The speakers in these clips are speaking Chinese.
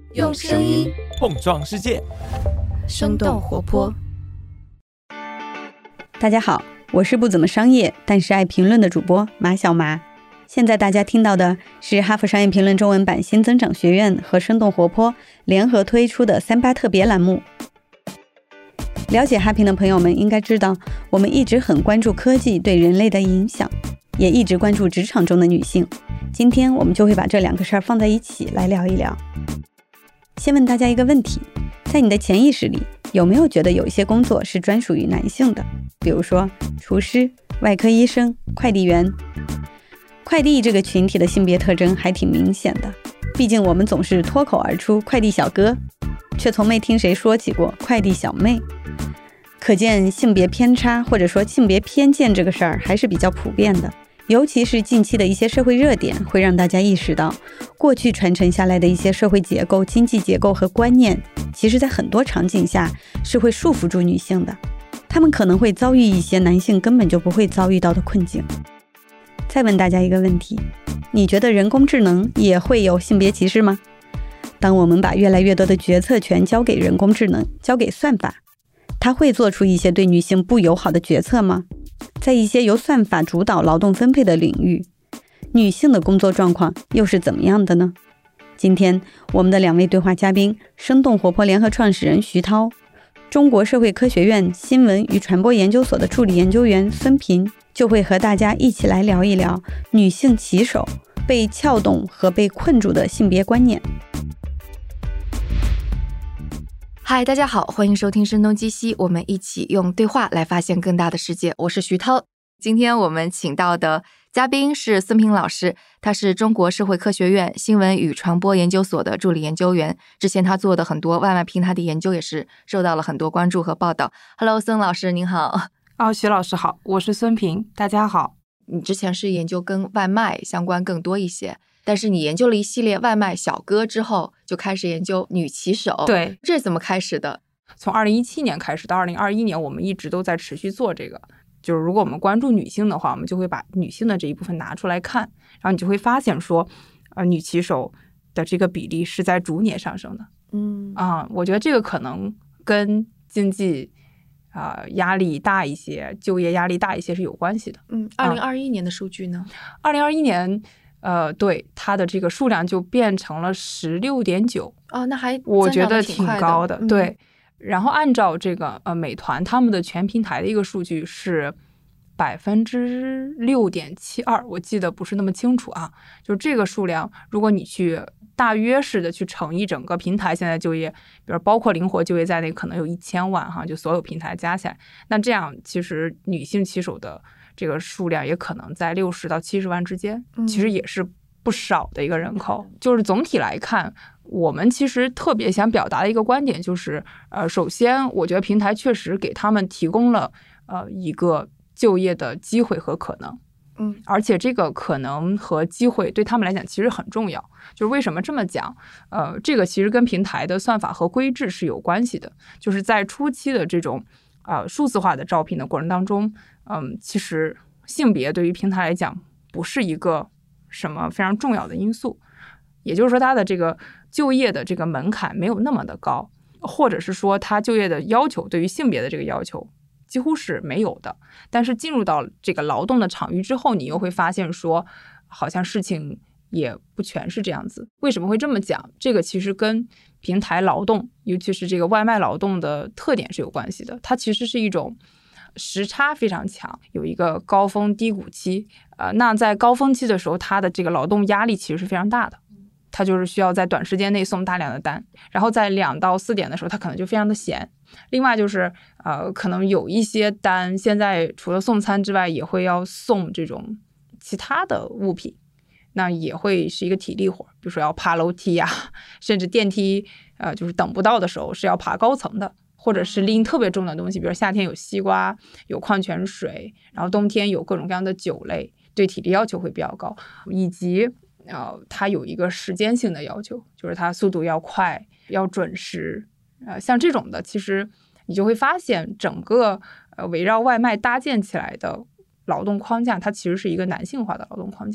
用声音碰撞世界， 生动活泼。 大家好，我是不怎么商业但是爱评论的主播马小麻。现在大家听到的是哈佛商业评论中文版新增长学院和生动活泼联合推出的38特别栏目。了解哈评的朋友们应该知道，我们一直很关注科技对人类的影响，也一直关注职场中的女性。今天我们就会把这两个事儿放在一起来聊一聊。先问大家一个问题，在你的潜意识里，有没有觉得有一些工作是专属于男性的？比如说厨师、外科医生、快递员。快递这个群体的性别特征还挺明显的，毕竟我们总是脱口而出快递小哥，却从没听谁说起过快递小妹。可见性别偏差或者说性别偏见这个事儿还是比较普遍的，尤其是近期的一些社会热点会让大家意识到，过去传承下来的一些社会结构、经济结构和观念，其实在很多场景下是会束缚住女性的，她们可能会遭遇一些男性根本就不会遭遇到的困境。再问大家一个问题，你觉得人工智能也会有性别歧视吗？当我们把越来越多的决策权交给人工智能，交给算法，它会做出一些对女性不友好的决策吗？在一些由算法主导劳动分配的领域，女性的工作状况又是怎么样的呢？今天我们的两位对话嘉宾，生动活泼联合创始人徐涛，中国社会科学院新闻与传播研究所的助理研究员孙平，就会和大家一起来聊一聊女性骑手被撬动和被困住的性别观念。 嗨，大家好，欢迎收听声东击西，我们一起用对话来发现更大的世界。我是徐涛，今天我们请到的嘉宾是孙平老师，他是中国社会科学院新闻与传播研究所的助理研究员，之前他做的很多外卖平台的研究也是受到了很多关注和报道。Hello， 孙老师您好。 徐老师好，我是孙平，大家好。 你之前是研究跟外卖相关更多一些，但是你研究了一系列外卖小哥之后，就开始研究女骑手。 对， 这是怎么开始的？ 从2017年开始到2021年，我们一直都在持续做这个。就是如果我们关注女性的话，我们就会把女性的这一部分拿出来看，然后你就会发现说，女骑手的这个比例是在逐年上升的。我觉得这个可能跟经济压力大一些，就业压力大一些是有关系的。 2021年的数据呢 ？2021年，对，它的这个数量就变成了16.9。 那还我觉得挺高的。对，然后按照这个美团他们的全平台的一个数据是6.72%，我记得不是那么清楚啊。就这个数量，如果你去大约式的去乘以整个平台现在就业，比如包括灵活就业在内，可能有1000万哈，就所有平台加起来，那这样其实女性骑手的这个数量也可能在60到70万之间，其实也是不少的一个人口。就是总体来看，我们其实特别想表达的一个观点就是，首先我觉得平台确实给他们提供了一个就业的机会和可能。而且这个可能和机会对他们来讲其实很重要。就是为什么这么讲？这个其实跟平台的算法和规制是有关系的。就是在初期的这种数字化的招聘的过程当中，其实性别对于平台来讲不是一个什么非常重要的因素。也就是说，它的这个就业的这个门槛没有那么的高，或者是说它就业的要求对于性别的这个要求几乎是没有的。但是进入到这个劳动的场域之后，你又会发现说，好像事情也不全是这样子。为什么会这么讲？这个其实跟平台劳动，尤其是这个外卖劳动的特点是有关系的。它其实是一种时差非常强，有一个高峰低谷期。那在高峰期的时候，它的这个劳动压力其实是非常大的。他就是需要在短时间内送大量的单，然后在2到4点的时候，他可能就非常的闲。另外就是可能有一些单现在除了送餐之外，也会要送这种其他的物品，那也会是一个体力活，比如说要爬楼梯甚至电梯就是等不到的时候是要爬高层的，或者是拎特别重的东西，比如夏天有西瓜，有矿泉水，然后冬天有各种各样的酒类，对体力要求会比较高，以及它有一个时间性的要求，就是它速度要快，要准时。像这种的，其实你就会发现整个围绕外卖搭建起来的劳动框架，它其实是一个男性化的劳动框架。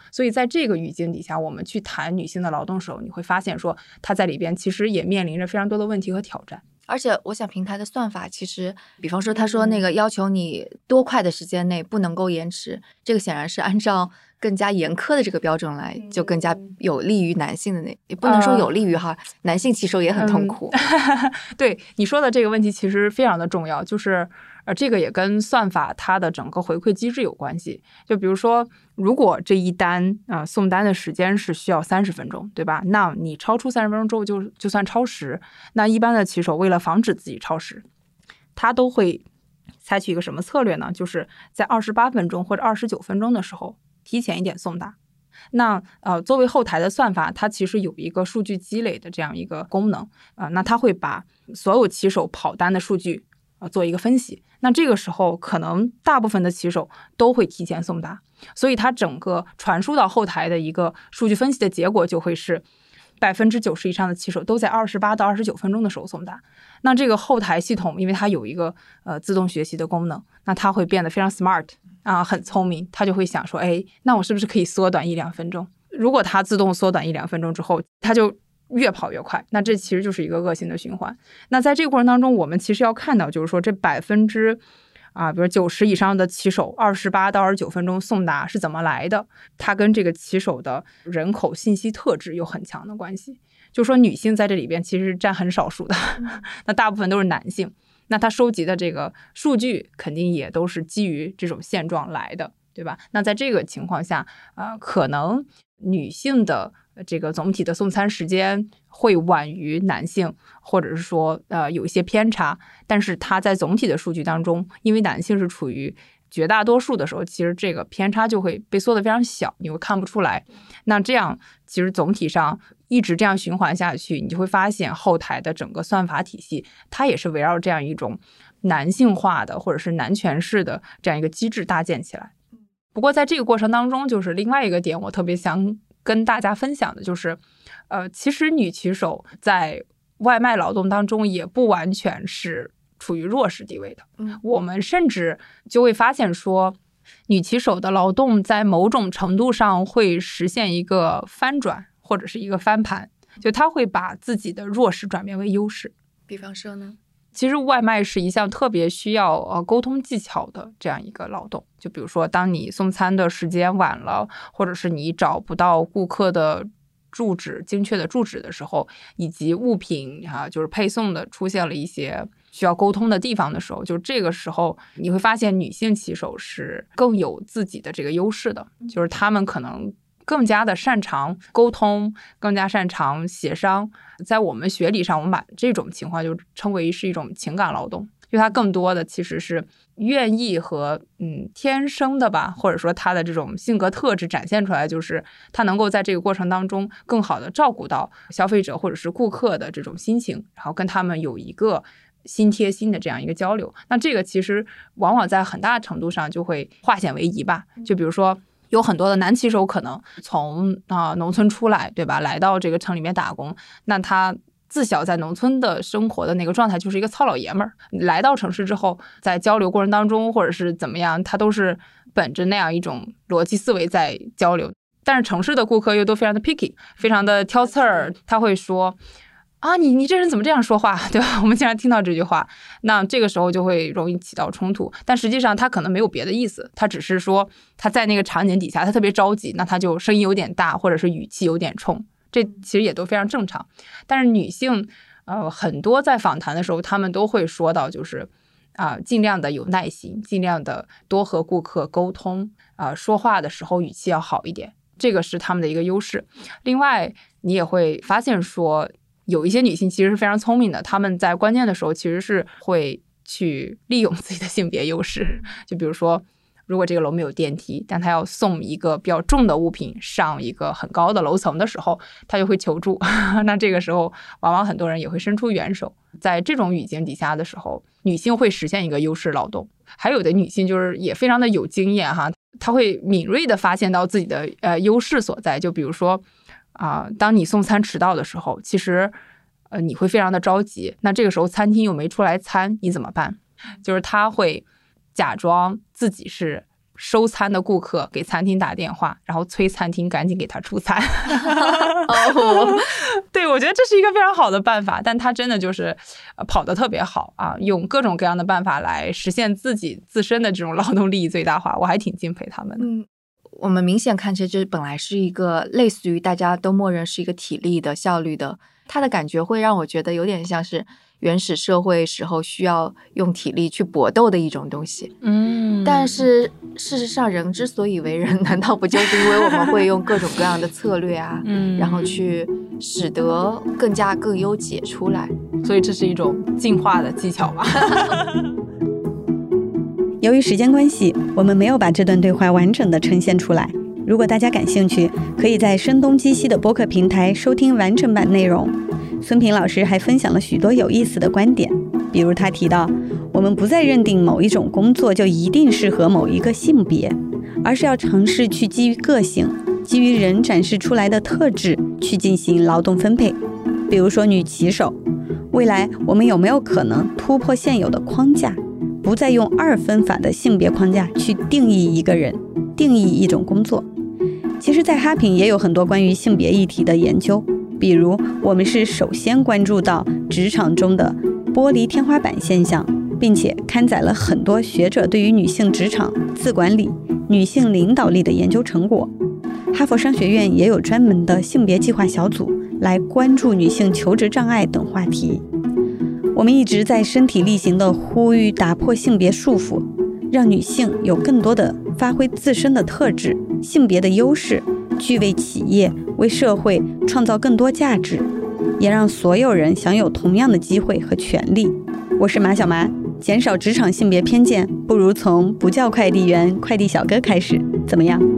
所以在这个语境底下，我们去谈女性的劳动的时候，你会发现说她在里边其实也面临着非常多的问题和挑战。 而且我想平台的算法其实，比方说他说那个要求你多快的时间内不能够延迟，这个显然是按照更加严苛的这个标准来，就更加有利于男性的也不能说有利于哈，男性骑手也很痛苦。 对你说的这个问题其实非常的重要，就是这个也跟算法它的整个回馈机制有关系。就比如说，如果这一单送单的时间是需要30分钟，对吧？那你超出30分钟之后就算超时。那一般的骑手为了防止自己超时，他都会采取一个什么策略呢？就是在28分钟或者29分钟的时候提前一点送达。那作为后台的算法，它其实有一个数据积累的这样一个功能那它会把所有骑手跑单的数据做一个分析。那这个时候可能大部分的骑手都会提前送达，所以它整个传输到后台的一个数据分析的结果就会是90%以上的骑手都在28到29分钟的时候送达。那这个后台系统因为它有一个自动学习的功能，那它会变得非常 smart 很聪明，它就会想说，哎，那我是不是可以缩短1-2分钟？如果它自动缩短1-2分钟之后，它就越跑越快，那这其实就是一个恶性的循环。那在这个过程当中，我们其实要看到，就是说这比如90%以上的骑手28到29分钟送达是怎么来的，它跟这个骑手的人口信息特质有很强的关系。就说女性在这里边其实占很少数的，那大部分都是男性，那他收集的这个数据肯定也都是基于这种现状来的，对吧？那在这个情况下可能女性的这个总体的送餐时间会晚于男性，或者是说有一些偏差，但是它在总体的数据当中，因为男性是处于绝大多数的时候，其实这个偏差就会被缩得非常小，你会看不出来。那这样其实总体上一直这样循环下去，你就会发现后台的整个算法体系它也是围绕这样一种男性化的或者是男权式的这样一个机制搭建起来。不过在这个过程当中，就是另外一个点我特别想跟大家分享的就是其实女骑手在外卖劳动当中也不完全是处于弱势地位的。我们甚至就会发现说，女骑手的劳动在某种程度上会实现一个翻转或者是一个翻盘，就她会把自己的弱势转变为优势。 比方说呢？ 其实外卖是一项特别需要沟通技巧的这样一个劳动。就比如说当你送餐的时间晚了，或者是你找不到顾客的精确的住址的时候，以及物品就是配送的出现了一些需要沟通的地方的时候，就这个时候你会发现女性骑手是更有自己的这个优势的，就是她们可能更加的擅长沟通，更加擅长协商。在我们学理上，我们把这种情况就称为是一种情感劳动，就它更多的其实是愿意和天生的吧，或者说他的这种性格特质展现出来，就是他能够在这个过程当中更好的照顾到消费者或者是顾客的这种心情，然后跟他们有一个心贴心的这样一个交流。那这个其实往往在很大程度上就会化险为夷吧。就比如说有很多的男骑手可能从农村出来，对吧，来到这个城里面打工，那他自小在农村的生活的那个状态就是一个糙老爷们儿，来到城市之后，在交流过程当中或者是怎么样，他都是本着那样一种逻辑思维在交流。但是城市的顾客又都非常的 picky， 非常的挑刺儿，他会说你这人怎么这样说话，对吧？我们经常听到这句话，那这个时候就会容易起到冲突。但实际上他可能没有别的意思，他只是说他在那个场景底下他特别着急，那他就声音有点大，或者是语气有点冲，这其实也都非常正常。但是女性很多在访谈的时候，他们都会说到就是尽量的有耐心，尽量的多和顾客沟通说话的时候语气要好一点，这个是他们的一个优势。另外你也会发现说，有一些女性其实是非常聪明的，她们在关键的时候其实是会去利用自己的性别优势。就比如说如果这个楼没有电梯，但她要送一个比较重的物品上一个很高的楼层的时候，她就会求助那这个时候往往很多人也会伸出援手。在这种语境底下的时候，女性会实现一个优势劳动。还有的女性就是也非常的有经验她会敏锐的发现到自己的优势所在。就比如说当你送餐迟到的时候，其实你会非常的着急，那这个时候餐厅又没出来餐，你怎么办？就是他会假装自己是收餐的顾客给餐厅打电话，然后催餐厅赶紧给他出餐。对，我觉得这是一个非常好的办法，但他真的就是跑得特别好啊，用各种各样的办法来实现自身的这种劳动利益最大化，我还挺敬佩他们的。 我们明显看起来这本来是一个类似于大家都默认是一个体力的效率的，它的感觉会让我觉得有点像是原始社会时候需要用体力去搏斗的一种东西。但是事实上人之所以为人，难道不就是因为我们会用各种各样的策略啊，然后去使得更优解出来， 所以这是一种进化的技巧吧。 由于时间关系，我们没有把这段对话完整的呈现出来。如果大家感兴趣，可以在声东击西的播客平台收听完整版内容。孙平老师还分享了许多有意思的观点，比如他提到，我们不再认定某一种工作就一定适合某一个性别，而是要尝试去基于个性，基于人展示出来的特质去进行劳动分配。比如说女骑手，未来我们有没有可能突破现有的框架，不再用二分法的性别框架去定义一个人，定义一种工作？其实在哈品也有很多关于性别议题的研究，比如我们是首先关注到职场中的玻璃天花板现象，并且刊载了很多学者对于女性职场、自管理、女性领导力的研究成果。哈佛商学院也有专门的性别计划小组来关注女性求职障碍等话题。我们一直在身体力行地呼吁打破性别束缚，让女性有更多的发挥自身的特质、性别的优势，去为企业、为社会创造更多价值，也让所有人享有同样的机会和权利。我是马小麻，减少职场性别偏见，不如从不叫快递员、快递小哥开始，怎么样？